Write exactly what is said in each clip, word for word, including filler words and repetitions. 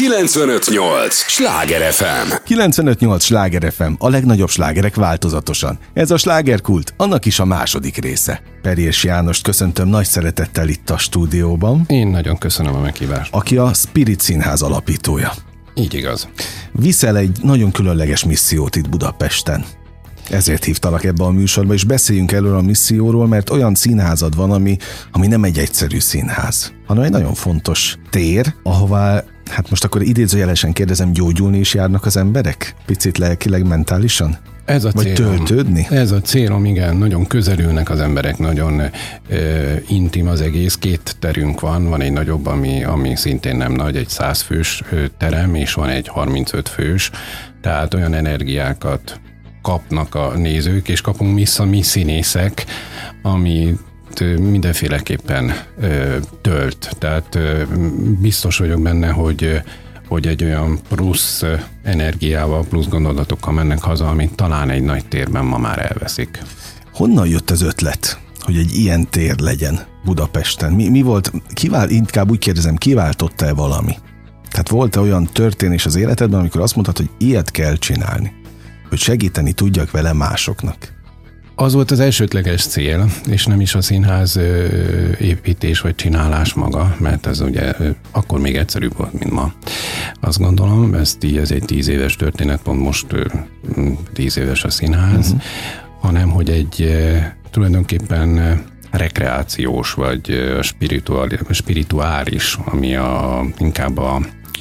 kilencvenöt nyolc Sláger ef em. kilencvenöt nyolc Sláger ef em, a legnagyobb slágerek változatosan. Ez a slágerkult, annak is a második része. Perjes Jánost köszöntöm nagy szeretettel itt a stúdióban. Én nagyon köszönöm a meghívást. Aki a Spirit Színház alapítója. Így igaz. Viszel egy nagyon különleges missziót itt Budapesten. Ezért hívtalak ebbe a műsorba, és beszéljünk előről a misszióról, mert olyan színházad van, ami, ami nem egy egyszerű színház, hanem egy nagyon fontos tér, ahová, hát most akkor idézőjelesen kérdezem, gyógyulni is járnak az emberek? Picit lelkileg, mentálisan? Ez a Vagy célom. töltődni? Ez a célom, igen, nagyon közelülnek az emberek, nagyon ö, intim az egész. Két terünk van, van egy nagyobb, ami, ami szintén nem nagy, egy száz fős terem, és van egy harmincöt fős, tehát olyan energiákat kapnak a nézők, és kapunk vissza mi színészek, ami mindenféleképpen ö, tölt. Tehát ö, biztos vagyok benne, hogy, hogy egy olyan plusz energiával, plusz gondolatokkal mennek haza, amit talán egy nagy térben ma már elveszik. Honnan jött az ötlet, hogy egy ilyen tér legyen Budapesten? Mi, mi volt, kivál, inkább úgy kérdezem, kiváltotta-e valami? Tehát volt-e olyan történés az életedben, amikor azt mondtad, hogy ilyet kell csinálni? Hogy segíteni tudjak vele másoknak? Az volt az elsődleges cél, és nem is a színház építés vagy csinálás maga, mert ez ugye akkor még egyszerűbb volt, mint ma. Azt gondolom, ez, ez egy tíz éves történet, pont most tíz éves a színház, uh-huh. hanem hogy egy tulajdonképpen rekreációs vagy spirituális, ami a, inkább a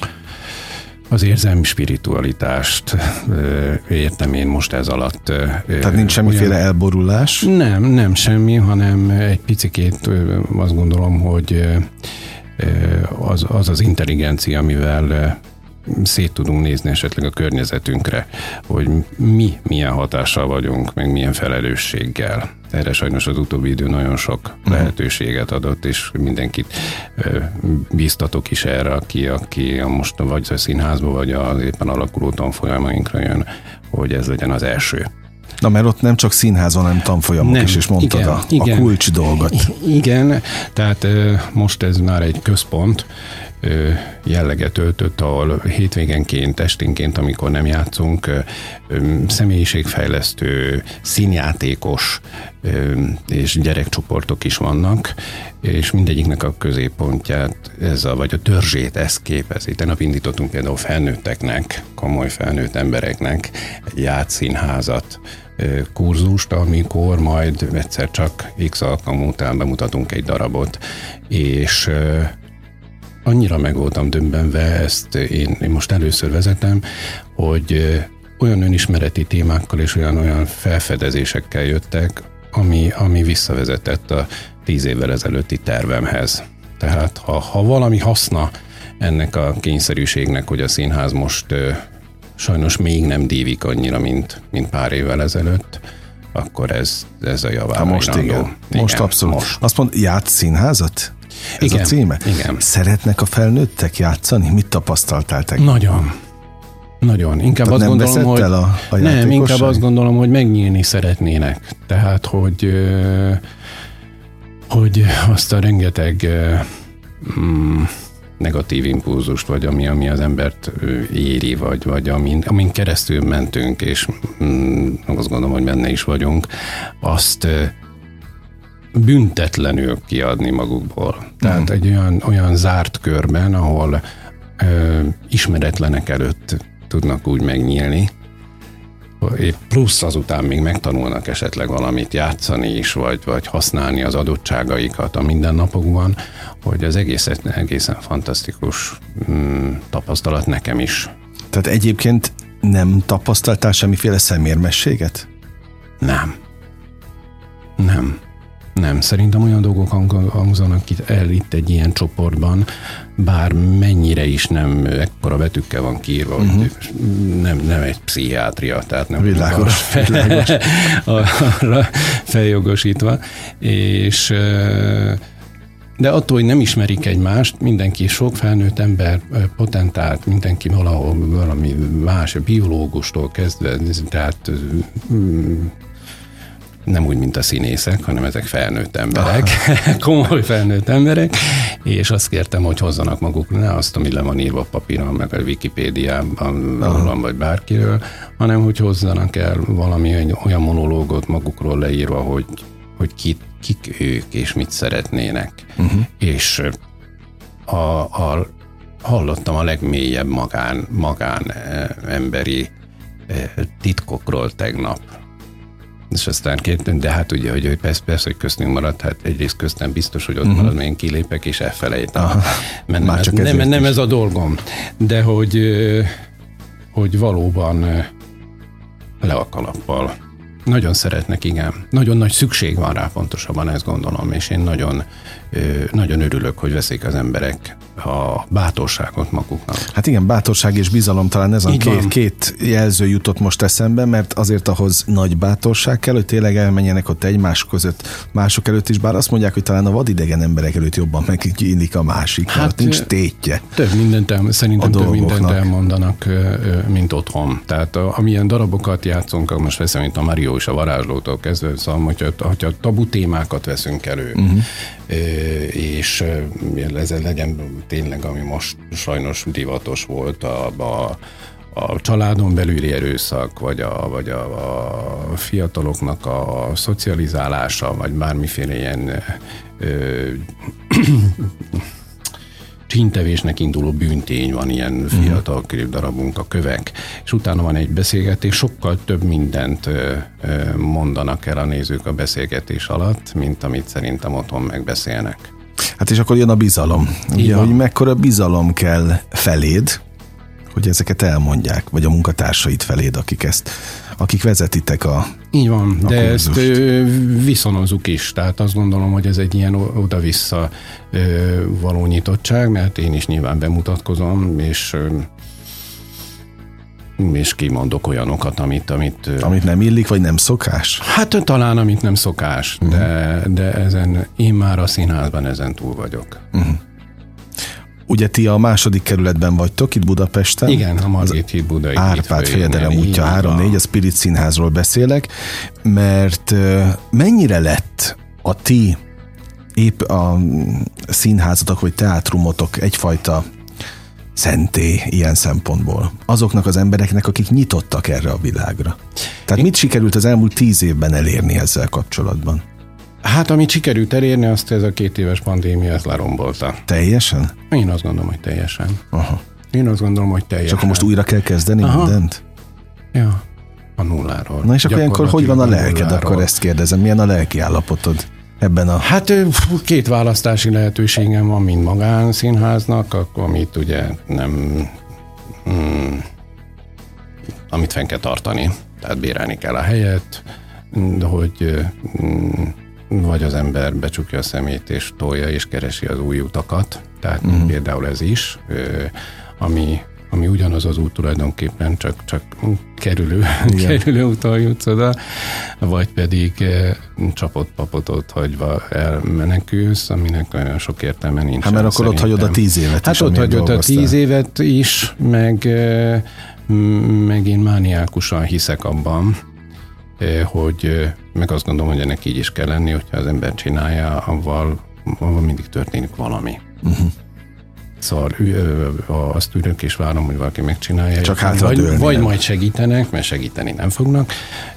az érzelmi spiritualitást ö, értem én most ez alatt. Ö, Tehát nincs semmiféle olyan elborulás? Nem, nem semmi, hanem egy picikét ö, azt gondolom, hogy ö, az, az az intelligencia, amivel ö, szét tudunk nézni esetleg a környezetünkre, hogy mi milyen hatással vagyunk, meg milyen felelősséggel. Erre sajnos az utóbbi idő nagyon sok lehetőséget adott, és mindenkit bíztatok is erre, aki, aki most vagy a színházba, vagy az éppen alakuló tanfolyamainkra jön, hogy ez legyen az első. Na, mert ott nem csak színház, hanem tanfolyamok nem, is, és mondtad igen, a, igen, a kulcs dolgot. Igen, tehát most ez már egy központ jelleget öltött, ahol hétvégenként, esténként, amikor nem játszunk, személyiségfejlesztő, színjátékos és gyerekcsoportok is vannak, és mindegyiknek a középpontját, ez a, vagy a törzsét ez képezi. Tegnap indítottunk például felnőtteknek, komoly felnőtt embereknek egy játszínházat, kurzust, amikor majd egyszer csak X alkalom után bemutatunk egy darabot, és annyira meg voltam döbbenve, ezt én, én most először vezetem, hogy olyan önismereti témákkal és olyan, olyan felfedezésekkel jöttek, ami, ami visszavezetett a tíz évvel ezelőtti tervemhez. Tehát ha, ha valami haszna ennek a kényszerűségnek, hogy a színház most sajnos még nem dívik annyira, mint, mint pár évvel ezelőtt, akkor ez, ez a javára. Most igen. igen. Most abszolút. Most. Azt mond, játsz színházat? Ez igen, a címe? Igen. Szeretnek a felnőttek játszani? Mit tapasztaltál te? Nagyon. Nagyon. Inkább Tehát azt nem gondolom, hogy el a, a nem, inkább azt gondolom, hogy megnyílni szeretnének. Tehát, hogy hogy azt a rengeteg mm, negatív impulzust, vagy ami, ami az embert éri, vagy, vagy amin, amin keresztül mentünk, és mm, azt gondolom, hogy benne is vagyunk, azt büntetlenül kiadni magukból. Tehát mm. egy olyan, olyan zárt körben, ahol ö, ismeretlenek előtt tudnak úgy megnyílni, plusz azután még megtanulnak esetleg valamit játszani is, vagy, vagy használni az adottságaikat a mindennapokban, hogy az egész, egészen fantasztikus mm, tapasztalat nekem is. Tehát egyébként nem tapasztaltál semmiféle szemérmességet? Nem. Nem. Nem, szerintem olyan dolgok hangzanak el itt egy ilyen csoportban, bár mennyire is nem ekkora betűkkel van kiírva, uh-huh. hogy nem, nem egy pszichiátria, tehát nem világos, fel, világos. arra feljogosítva, és de attól, hogy nem ismerik egymást, mindenki, sok felnőtt ember, potentált, mindenki valahol valami más, biológustól kezdve, tehát nem úgy, mint a színészek, hanem ezek felnőtt emberek, komoly felnőtt emberek, és azt kértem, hogy hozzanak magukra, ne azt, ami le van írva a papíron, meg a Wikipédiában rólam, vagy bárkiről, hanem hogy hozzanak el valami olyan monológot magukról leírva, hogy, hogy ki, kik ők, és mit szeretnének. Uh-huh. És a, a, hallottam a legmélyebb magán, magán emberi titkokról tegnap. És aztán kértem, de hát ugye, hogy persze, persze, hogy köztünk maradt, hát egyrészt köztem biztos, hogy ott uh-huh. marad, mert én kilépek, és elfelejtem. Mert nem, ez, nem, nem ez a dolgom. De hogy, hogy valóban le a kalappal. Nagyon szeretnek, igen. Nagyon nagy szükség van rá, pontosabban ezt gondolom, és én nagyon, nagyon örülök, hogy veszik az emberek a bátorságot maguknak. Hát igen, bátorság és bizalom, talán ez a két, két jelző jutott most eszembe, mert azért ahhoz nagy bátorság kell, hogy tényleg elmenjenek ott egymás között, mások előtt is, bár azt mondják, hogy talán a vadidegen emberek előtt jobban megnyílik a másik, hát mert nincs tétje. Több mindent el, szerintem több mindent elmondanak, mint otthon. Tehát amilyen darabokat játszunk, most veszem, mint a Mario és a varázslótól kezdve, szóval, hogyha, hogyha tabu témákat veszünk elő, uh-huh. és ez legyen tényleg, ami most sajnos divatos volt, a, a, a családon belüli erőszak, vagy, a, vagy a, a fiataloknak a szocializálása, vagy bármiféle ilyen ö, csíntevésnek induló bűntény van, ilyen fiatal darabunk, a Kövek, és utána van egy beszélgetés, sokkal több mindent ö, ö, mondanak el a nézők a beszélgetés alatt, mint amit szerintem otthon megbeszélnek. Hát és akkor jön a bizalom. Ugye, hogy mekkora bizalom kell feléd, hogy ezeket elmondják, vagy a munkatársaid feléd, akik ezt, akik vezetitek a Így van, a de kurzust. ezt ö, viszonozzuk is, tehát azt gondolom, hogy ez egy ilyen oda-vissza ö, való nyitottság, mert én is nyilván bemutatkozom, és ö, és kimondok olyanokat, amit... Amit, amit nem illik, vagy nem szokás? Hát talán, amit nem szokás, uh-huh. de, de ezen, én már a színházban ezen túl vagyok. Uh-huh. Ugye ti a második kerületben vagytok, itt Budapesten? Igen, a Margit híd Budai. Árpád Fejedelem útja három négy, a Spirit Színházról beszélek, mert mennyire lett a ti épp a színházatok, vagy teátrumotok egyfajta szentély ilyen szempontból. Azoknak az embereknek, akik nyitottak erre a világra. Tehát Én... mit sikerült az elmúlt tíz évben elérni ezzel kapcsolatban? Hát, amit sikerült elérni, azt ez a két éves pandémia ezt lerombolta. Teljesen? Én azt gondolom, hogy teljesen. Aha. Én azt gondolom, hogy teljesen. És akkor most újra kell kezdeni Aha. mindent? Ja, a nulláról. Na és akkor ilyenkor hogy van a lelked? Akkor ezt kérdezem. Milyen a lelki állapotod? Ebben a... Hát két választási lehetőségem van, mint magánszínháznak, akkor amit ugye nem... Mm, amit fenn kell tartani, tehát bérelni kell a helyet, de hogy mm, vagy az ember becsukja a szemét és tolja és keresi az új utakat, tehát mm. például ez is, ami, ami ugyanaz az út tulajdonképpen, csak, csak kerülő, kerülő úton jutsz oda, vagy pedig csapott papotot hagyva elmenekülsz, aminek olyan sok értelme nincs. Hát mert akkor szerintem. Ott hagyod a tíz évet hát is. Hát ott hagyod a tíz évet is, meg, meg én mániákusan hiszek abban, hogy meg azt gondolom, hogy ennek így is kell lenni, hogyha az ember csinálja, avval, avval mindig történik valami. Uh-huh. Szóval azt ülök és várom, hogy valaki megcsinálja. Csak hát vagy, vagy majd segítenek, mert segíteni nem fognak.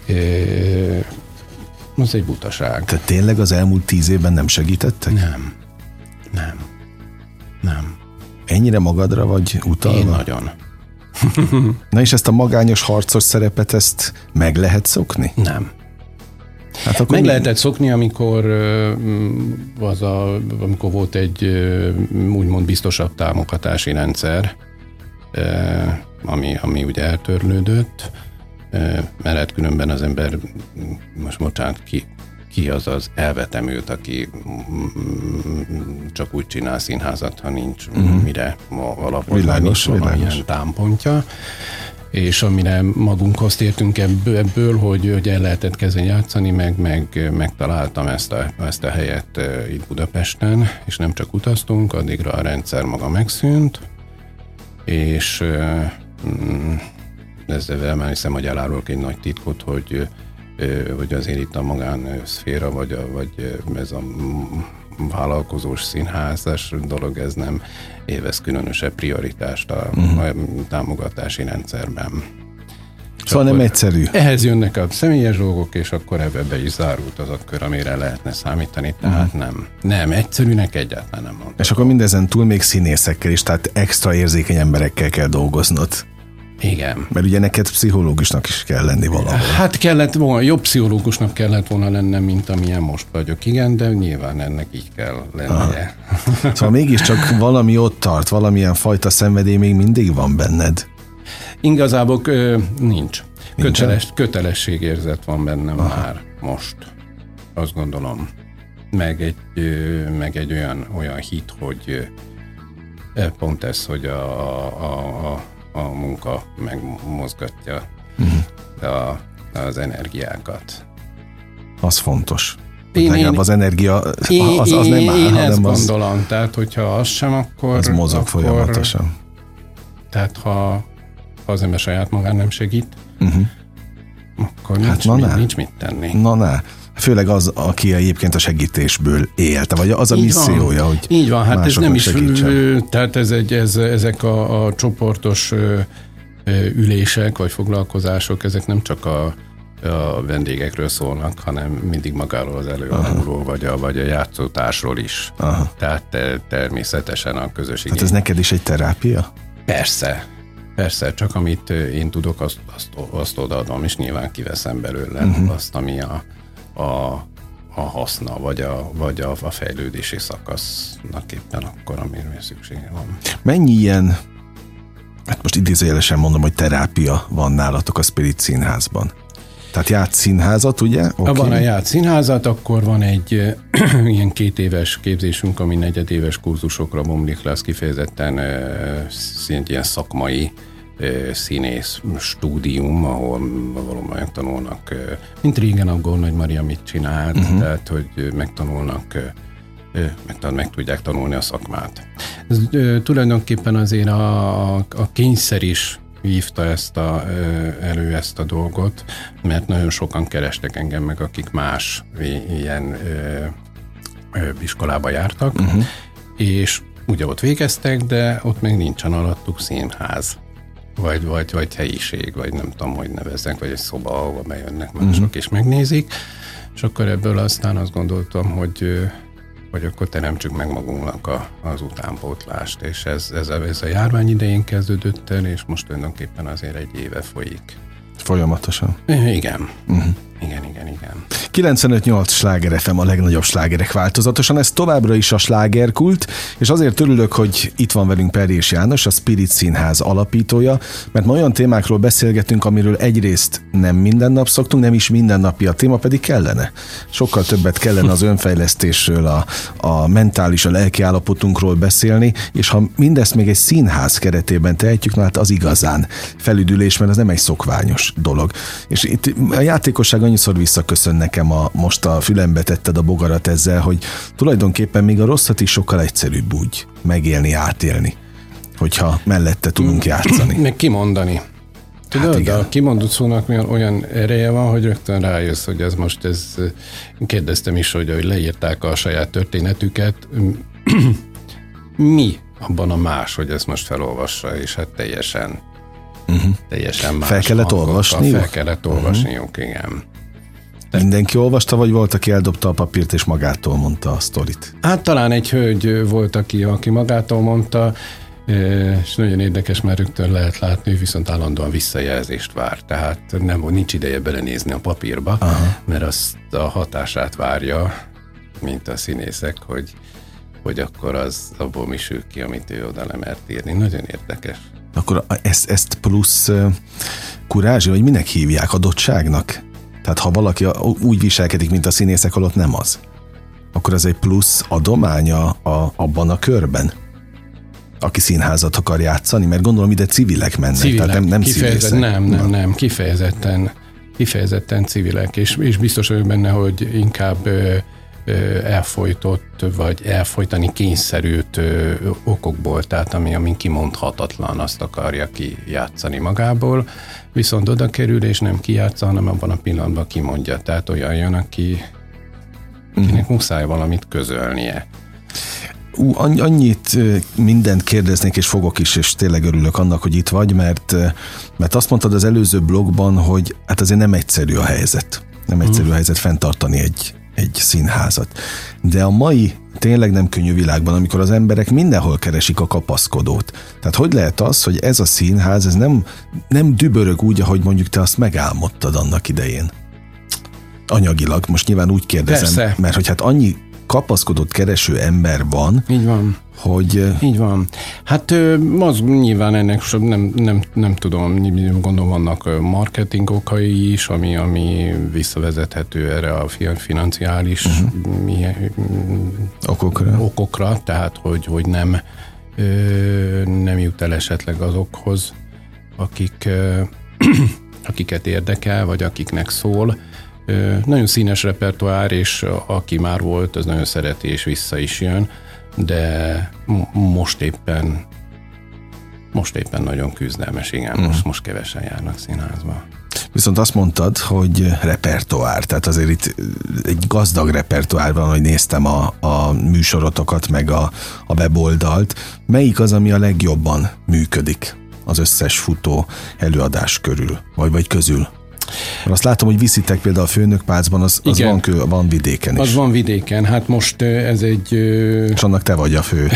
Az egy butaság. Tehát tényleg az elmúlt tíz évben nem segítettek? Nem. Nem. Nem. Ennyire magadra vagy utalva? Én nagyon. Na és ezt a magányos harcos szerepet, ezt meg lehet szokni? Nem. Hát akkor meg mi... lehetett szokni, amikor, az a, amikor volt egy úgymond biztosabb támogatási rendszer, ami, ami ugye eltörlődött, mert különben az ember, most bocsánat, ki, ki az az elvetemült, aki csak úgy csinál színházat, ha nincs uh-huh. mire alapvetően nincs valamilyen támpontja. És amire magunkhoz tértünk ebből, ebből hogy, hogy el lehetett kezdeni játszani, meg, meg megtaláltam ezt a, ezt a helyet itt Budapesten, és nem csak utaztunk, addigra a rendszer maga megszűnt, és ezzel már hiszem, hogy elárulok egy nagy titkot, hogy, hogy azért itt a magánszféra, vagy, a, vagy ez a vállalkozós színházas dolog, ez nem élvez különösebb prioritást a, uh-huh. a támogatási rendszerben. Szóval nem egyszerű. Ehhez jönnek a személyes dolgok, és akkor ebbe is zárult az a kör, amire lehetne számítani, tehát uh-huh. nem. Nem, egyszerűnek egyáltalán nem mondom. És akkor mindezen túl még színészekkel is, tehát extra érzékeny emberekkel kell dolgoznod. Igen. Mert ugye neked pszichológusnak is kell lenni valahol. Hát kellett volna, jobb pszichológusnak kellett volna lennem, mint amilyen most vagyok. Igen, de nyilván ennek így kell lennie. Aha. Szóval mégiscsak valami ott tart, valamilyen fajta szenvedély még mindig van benned. Igazából ö, nincs. Köteles, kötelességérzet van bennem Aha. már most. Azt gondolom. Meg egy, ö, meg egy olyan, olyan hit, hogy ö, pont ez, hogy a, a, a, a munka megmozgatja uh-huh. a, az energiákat. Az fontos. Én, én, az energia, én, az, az nem áll, én ezt hanem az, gondolom. Tehát, hogyha az sem, akkor... Az mozog akkor, folyamatosan. Tehát, ha ha az ember saját magán nem segít, uh-huh. akkor nincs, hát mit, nincs mit tenni. Na, na. Főleg az, aki egyébként a segítésből élte, vagy az a így missziója, van. hogy így van, hát ez nem is, segítsen. Tehát ez egy, ez, ezek a, a csoportos ö, ülések, vagy foglalkozások, ezek nem csak a, a vendégekről szólnak, hanem mindig magáról az előadóról, vagy a, vagy a játszótársról is. Aha. Tehát te, természetesen a közösség. Hát ez neked is egy terápia? Persze. Persze, csak amit én tudok, azt, azt, azt odaadom, és nyilván kiveszem belőle uh-huh. azt, ami a, a, a haszna, vagy, a, vagy a, a fejlődési szakasznak éppen akkor, amire szüksége van. Mennyi ilyen, hát most idézőjelesen mondom, hogy terápia van nálatok a Spirit Színházban? Tehát játszínházat, ugye? Okay. Van a játszínházat, akkor van egy ilyen két éves képzésünk, ami negyedéves kurzusokra bomlik le, az kifejezetten szint ilyen szakmai színész stúdium, ahol valóban megtanulnak, mint régen a Gór Nagy Maria mit csinált, uh-huh. tehát, hogy megtanulnak, meg, meg tudják tanulni a szakmát. Ez tulajdonképpen azért a, a kényszer is hívta ezt a, elő ezt a dolgot, mert nagyon sokan kerestek engem meg, akik más ilyen ö, ö, iskolába jártak, uh-huh. és ugye ott végeztek, de ott még nincsen alattuk színház, vagy, vagy, vagy helyiség, vagy nem tudom, hogy nevezzek, vagy egy szoba, ahova bejönnek mások, uh-huh. és megnézik, és akkor ebből aztán azt gondoltam, hogy hogy akkor teremtsük meg magunknak a, az utánpótlást, és ez, ez, a, ez a járvány idején kezdődött el, és most tulajdonképpen azért egy éve folyik. Folyamatosan? Igen. Uh-huh. Igen, igen, igen. kilencvenöt nyolc Sláger ef em, a legnagyobb slágerek változatosan, ez továbbra is a slágerkult, és azért örülök, hogy itt van velünk Perjés János, a Spirit Színház alapítója, mert ma olyan témákról beszélgetünk, amiről egyrészt nem minden nap szoktunk, nem is mindennapi a téma, pedig kellene. Sokkal többet kellene az önfejlesztésről, a, a mentális, a lelki állapotunkról beszélni, és ha mindezt még egy színház keretében tehetjük, na hát az igazán felüdülés, mert ez nem egy szokványos dolog. És itt a játékosság annyiszor visszaköszön nekem, a, most a fülembe tetted a bogarat ezzel, hogy tulajdonképpen még a rosszat is sokkal egyszerűbb úgy megélni, átélni, hogyha mellette tudunk játszani. Meg kimondani. Tudod, hát de a kimondott szónak olyan ereje van, hogy rögtön rájössz, hogy ez most, ez, kérdeztem is, hogy, hogy leírták a saját történetüket. Mi abban a más, hogy ezt most felolvassa, és hát teljesen uh-huh. teljesen más. Fel kellett olvasni? Fel kellett olvasniuk, uh-huh. igen. Te... Mindenki olvasta, vagy volt, aki eldobta a papírt, és magától mondta a sztorit? Hát talán egy hölgy volt, aki, aki magától mondta, és nagyon érdekes, mert rögtön lehet látni, hogy viszont állandóan visszajelzést vár. Tehát nem, nincs ideje belenézni a papírba, aha. mert azt a hatását várja, mint a színészek, hogy, hogy akkor az abból mi sül ki, amit ő oda le mert írni. Nagyon érdekes. Akkor ezt, ezt plusz kurázsi, vagy minek hívják, adottságnak? Tehát ha valaki úgy viselkedik, mint a színészek, holott nem az, akkor az egy plusz adománya a, abban a körben, aki színházat akar játszani, mert gondolom ide civilek mennek, civilek, tehát nem, nem színészek. Nem, nem, nem, kifejezetten, kifejezetten civilek, és, és biztos vagyok benne, hogy inkább ö, ö, elfojtott, vagy elfojtani kényszerült ö, okokból, tehát ami, ami kimondhatatlan, azt akarja kijátszani magából, viszont oda kerül, és nem kijátsza, hanem abban a pillanatban kimondja. Tehát olyan jön, aki akinek uh-huh. muszáj valamit közölnie. Ú, annyit mindent kérdeznék, és fogok is, és tényleg örülök annak, hogy itt vagy, mert, mert azt mondtad az előző blogban, hogy hát azért nem egyszerű a helyzet. Nem egyszerű uh-huh. a helyzet fenntartani egy, egy színházat. De a mai tényleg nem könnyű világban, amikor az emberek mindenhol keresik a kapaszkodót. Tehát hogy lehet az, hogy ez a színház, ez nem, nem dübörög úgy, ahogy mondjuk te azt megálmodtad annak idején? Anyagilag, most nyilván úgy kérdezem, Persze. mert hogy hát annyi kapaszkodott kereső ember van. Így van. Hogy... Így van. Hát az nyilván ennek nem, nem, nem tudom, gondolom vannak marketing okai is, ami, ami visszavezethető erre a financiális uh-huh. milyen, okokra. okokra, tehát hogy, hogy nem, nem jut el esetleg azokhoz, akik, akiket érdekel, vagy akiknek szól. Nagyon színes repertoár, és aki már volt, az nagyon szereti, és vissza is jön, de most éppen most éppen nagyon küzdelmes, igen, mm. most, most kevesen járnak színházba. Viszont azt mondtad, hogy repertoár, tehát azért itt egy gazdag repertoár van, hogy néztem a, a műsorotokat, meg a, a weboldalt. Melyik az, ami a legjobban működik az összes futó előadás körül, vagy, vagy közül? Azt látom, hogy viszitek például a Főnökpálcban, az, az van, van vidéken is. Az van vidéken, hát most ez egy... És annak te vagy a fő.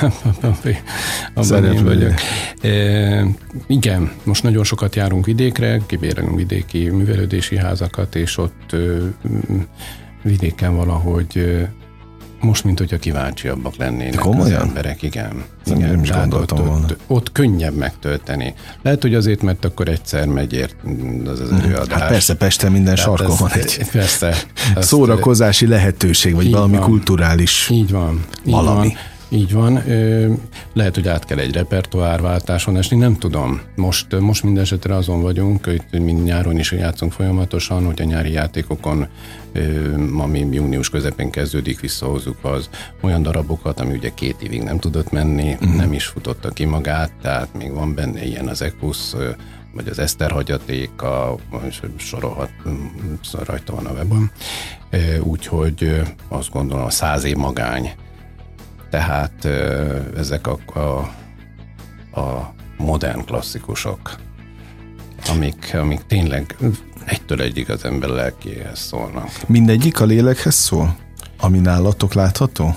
Abban én vagyok. E, igen, most nagyon sokat járunk vidékre, kibérelünk vidéki művelődési házakat, és ott ö, vidéken valahogy most, mint hogyha kíváncsiabbak lennének Komolyan? Az emberek, igen. igen igen. Nem is gondoltam ott, volna. Ott, ott könnyebb megtölteni. Lehet, hogy azért, mert akkor egyszer megy ért az az előadás. Hát persze, Pesten minden Tehát sarkon van egy persze, szórakozási lehetőség, vagy valami van. kulturális Így van. valami. Így van. Így van. Lehet, hogy át kell egy repertoárváltáson esni, nem tudom. Most, most minden esetre azon vagyunk, hogy mind nyáron is játszunk folyamatosan, hogy a nyári játékokon, ami június közepén kezdődik, visszahozzuk az olyan darabokat, ami ugye két évig nem tudott menni, uh-huh. nem is futotta ki magát, tehát még van benne ilyen az Equus, vagy az Eszter hagyatéka, sorolhat, rajta van a webon. Úgyhogy azt gondolom, a száz év magány. Tehát ezek a, a, a modern klasszikusok, amik, amik tényleg egytől egyig az ember lelkéhez szólnak. Mindegyik a lélekhez szól? Ami nálatok látható?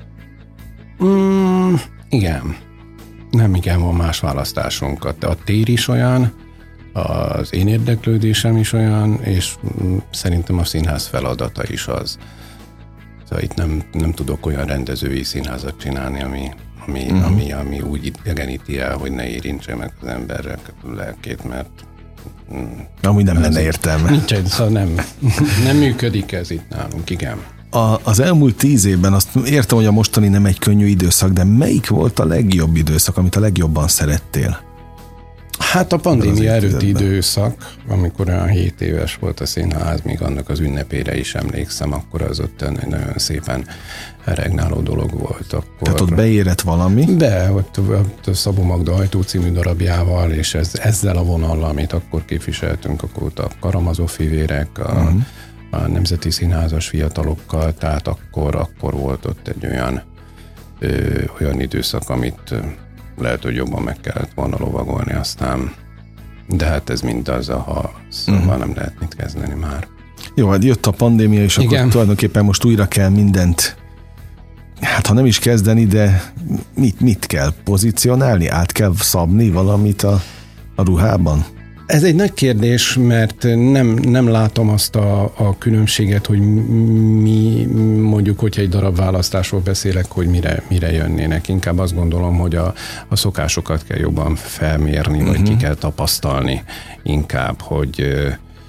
Mm, igen. Nem igen, van más választásunk. A tér is olyan, az én érdeklődésem is olyan, és szerintem a színház feladata is az. Szóval itt nem, nem tudok olyan rendezői színházat csinálni, ami, ami, uh-huh. ami, ami úgy idegeníti el, hogy ne érintse meg az emberek lelkét, mert amúgy nem lenne értelme. Nincs egy, szóval nem, nem működik ez itt nálunk, igen. A, az elmúlt tíz évben azt értem, hogy a mostani nem egy könnyű időszak, de melyik volt a legjobb időszak, amit a legjobban szerettél? Hát a pandémia előtti időszak, amikor olyan hét éves volt a színház, még annak az ünnepére is emlékszem, akkor az ott egy nagyon szépen regnáló dolog volt. Akkor... Tehát ott beérett valami? De, ott, ott a Szabó Magda Ajtó című darabjával, és ez, ezzel a vonallal, amit akkor képviseltünk, akkor ott a Karamazov fivérek, a, uh-huh. a Nemzeti Színházas fiatalokkal, tehát akkor, akkor volt ott egy olyan, ö, olyan időszak, amit lehet, hogy jobban meg kellett volna lovagolni, aztán de hát ez mind az, ha szóval uh-huh. nem lehet mit kezdeni már. Jó, hát jött a pandémia, és Igen. akkor tulajdonképpen most újra kell mindent, hát ha nem is kezdeni, de mit, mit kell pozícionálni? Át kell szabni valamit a, a ruhában? Ez egy nagy kérdés, mert nem, nem látom azt a, a különbséget, hogy mi mondjuk, hogyha egy darab választásról beszélek, hogy mire, mire jönnének. Inkább azt gondolom, hogy a, a szokásokat kell jobban felmérni, uh-huh. vagy ki kell tapasztalni inkább, hogy ö,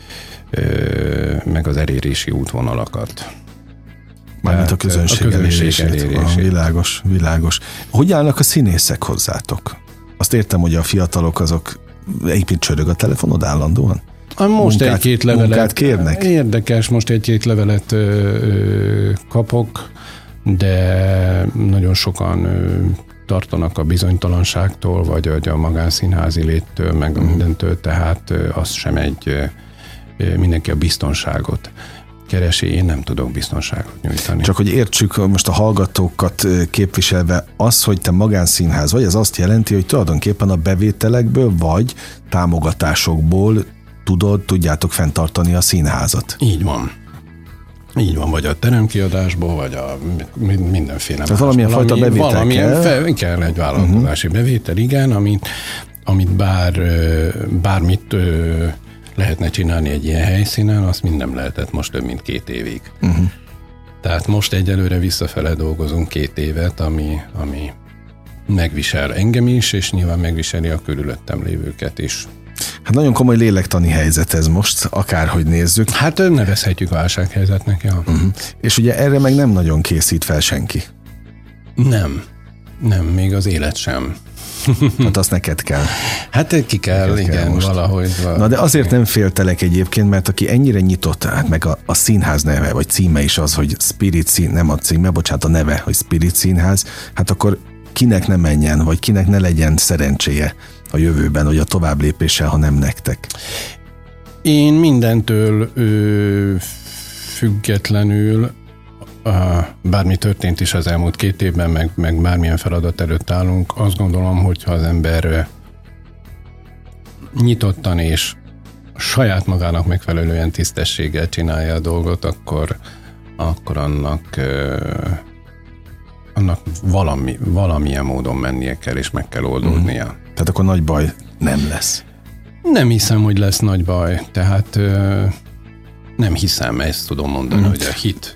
ö, meg az elérési útvonalakat. Mármint a közönség, a közönség elérését. Ah, világos, világos. Hogy állnak a színészek hozzátok? Azt értem, hogy a fiatalok azok egyébként csörög a telefonod állandóan? Most munkát, egy-két levelet kérnek? Érdekes, most egy-két levelet ö, ö, kapok, de nagyon sokan ö, tartanak a bizonytalanságtól, vagy, vagy a magánszínházi léttől, meg mm. mindentől, tehát ö, az sem egy, ö, mindenki a biztonságot keresi, én nem tudok biztonságot nyújtani. Csak hogy értsük most a hallgatókat képviselve, az, hogy te magánszínház vagy, ez azt jelenti, hogy tulajdonképpen a bevételekből vagy támogatásokból tudod, tudjátok fenntartani a színházat. Így van. Így van, vagy a teremkiadásból, vagy a mindenféle. Tehát valamilyen valami, fajta bevétel valamilyen kell. Fe, kell egy vállalkozási uh-huh. bevétel, igen, amit, amit bár, bármit lehetne csinálni egy ilyen helyszínen, azt mind nem lehetett most több mint két évig. Uh-huh. Tehát most egyelőre visszafele dolgozunk két évet, ami, ami megvisel engem is, és nyilván megviseli a körülöttem lévőket is. Hát nagyon komoly lélektani helyzet ez most, akárhogy nézzük. Hát nevezhetjük válsághelyzetnek, ja. Uh-huh. És ugye erre meg nem nagyon készít fel senki. Nem. Nem, még az élet sem. Hát azt neked kell. Hát ki kell, neked igen, kell most. valahogy. valahogy. Na de azért nem féltelek egyébként, mert aki ennyire nyitott, hát meg a, a színház neve, vagy címe is az, hogy Spirit Szín, nem a címe, bocsánat, a neve, hogy Spirit Színház, hát akkor kinek ne menjen, vagy kinek ne legyen szerencséje a jövőben, vagy a tovább lépéssel, ha nem nektek? Én mindentől ö, függetlenül, Uh, bármi történt is az elmúlt két évben, meg, meg bármilyen feladat előtt állunk, azt gondolom, hogyha az ember uh, nyitottan és saját magának megfelelően tisztességgel csinálja a dolgot, akkor, akkor annak, uh, annak valami, valamilyen módon mennie kell, és meg kell oldódnia. Mm. Tehát akkor nagy baj nem lesz. Nem hiszem, hogy lesz nagy baj. Tehát uh, nem hiszem, ezt tudom mondani, mm. hogy a hit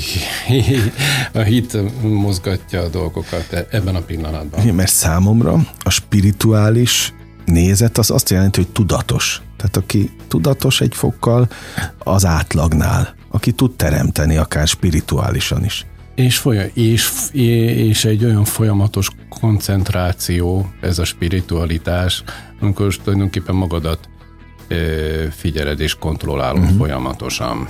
a hit mozgatja a dolgokat ebben a pillanatban. Mert számomra a spirituális nézet az azt jelenti, hogy tudatos. Tehát aki tudatos egy fokkal az átlagnál, aki tud teremteni akár spirituálisan is. És, folyam, és, és egy olyan folyamatos koncentráció, ez a spiritualitás, amikor tulajdonképpen magadat figyeled és kontrollálod uh-huh. folyamatosan.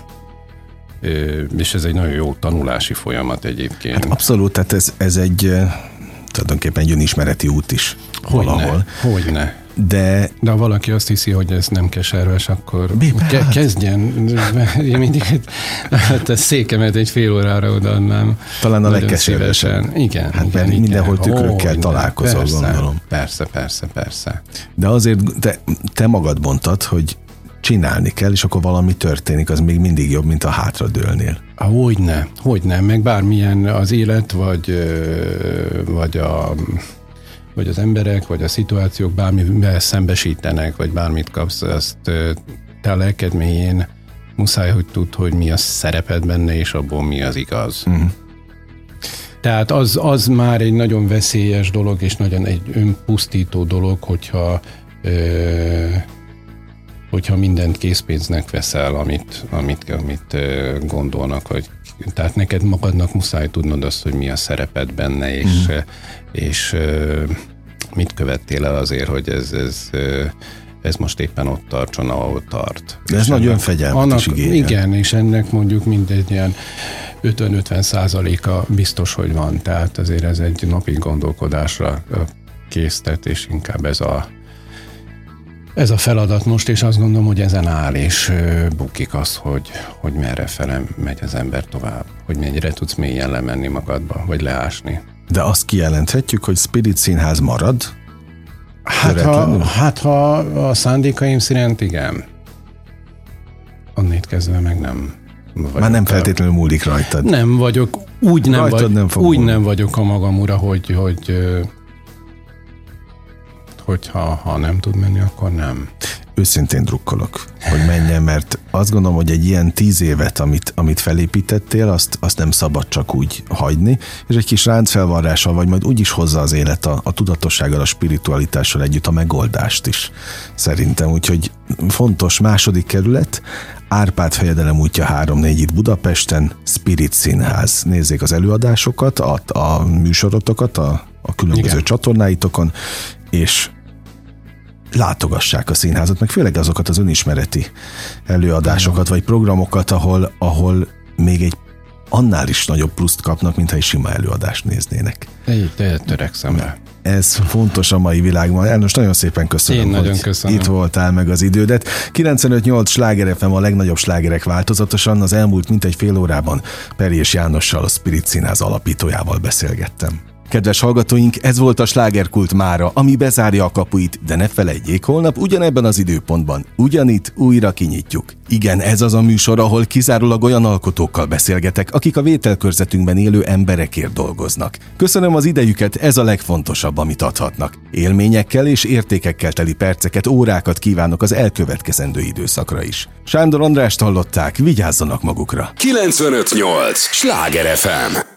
És ez egy nagyon jó tanulási folyamat egyébként. Hát abszolút, tehát ez, ez egy tulajdonképpen egy önismereti út is hogyne, valahol. Hogyne. De, De ha valaki azt hiszi, hogy ez nem keserves, akkor ke- kezdjen. Én mindig hát a székemet egy fél órára odaadnám. Talán a legkeservesen. Igen. Hát igen, igen, mindenhol igen. tükrökkel oh, találkozol, persze, gondolom. Persze, persze, persze. De azért te, te magad mondtad, hogy csinálni kell, és akkor valami történik, az még mindig jobb, mint a hátradőlnél. Hogyne, hogyne, meg bármilyen az élet, vagy, vagy, a, vagy az emberek, vagy a szituációk bármivel szembesítenek, vagy bármit kapsz, azt te a lelked mélyén muszáj, hogy tudd, hogy mi a szereped benne, és abból mi az igaz. Uh-huh. Tehát az, az már egy nagyon veszélyes dolog, és nagyon egy önpusztító dolog, hogyha ö, hogyha mindent készpénznek veszel, amit, amit, amit gondolnak, hogy tehát neked magadnak muszáj tudnod azt, hogy mi a szereped benne, és, mm. és mit követtél el azért, hogy ez, ez, ez most éppen ott tartson, ahol tart. De ez és nagyon fegyelmet is igényel. Igen, és ennek mondjuk mindegy ilyen ötven-ötven százaléka biztos, hogy van, tehát azért ez egy napi gondolkodásra késztet, és inkább ez a Ez a feladat most, és azt gondolom, hogy ezen áll, és bukik az, hogy, hogy merre fele megy az ember tovább, hogy mennyire tudsz mélyen lemenni magadba, vagy leásni. De azt kijelenthetjük, hogy Spirit Színház marad? Hát ha, hát ha a szándékaim szerint igen. Onnét kezdve meg nem. Már nem feltétlenül múlik rajtad. Nem vagyok, úgy nem, vagy, nem, úgy nem vagyok a magam ura, hogy, hogy hogyha ha nem tud menni, akkor nem. Őszintén drukkolok, hogy menjen, mert azt gondolom, hogy egy ilyen tíz évet, amit, amit felépítettél, azt, azt nem szabad csak úgy hagyni, és egy kis ráncfelvarrással, vagy majd úgy is hozza az élet a, a tudatossággal, a spiritualitással együtt a megoldást is, szerintem. Úgyhogy fontos második kerület, Árpád fejedelem útja három négy itt Budapesten, Spirit Színház. Nézzék az előadásokat, a, a műsorotokat, a, a különböző Igen. csatornáitokon, és látogassák a színházat, meg főleg azokat az önismereti előadásokat, vagy programokat, ahol, ahol még egy annál is nagyobb pluszt kapnak, mintha egy sima előadást néznének. Így, de törekszem rá. Ez fontos a mai világban. János, nagyon szépen köszönöm, Én nagyon hogy köszönöm. itt voltál meg az idődet. kilencvenöt nyolc Sláger ef em, a legnagyobb slágerek változatosan. Az elmúlt mintegy fél órában Peri és Jánossal, a Spirit Színház alapítójával beszélgettem. Kedves hallgatóink, ez volt a Slágerkult mára, ami bezárja a kapuit, de ne felejtjék, holnap ugyanebben az időpontban, ugyanitt újra kinyitjuk. Igen, ez az a műsor, ahol kizárólag olyan alkotókkal beszélgetek, akik a vételkörzetünkben élő emberekért dolgoznak. Köszönöm az idejüket, ez a legfontosabb, amit adhatnak. Élményekkel és értékekkel teli perceket, órákat kívánok az elkövetkezendő időszakra is. Sándor Andrást hallották, vigyázzanak magukra! kilencvenöt nyolc Sláger ef em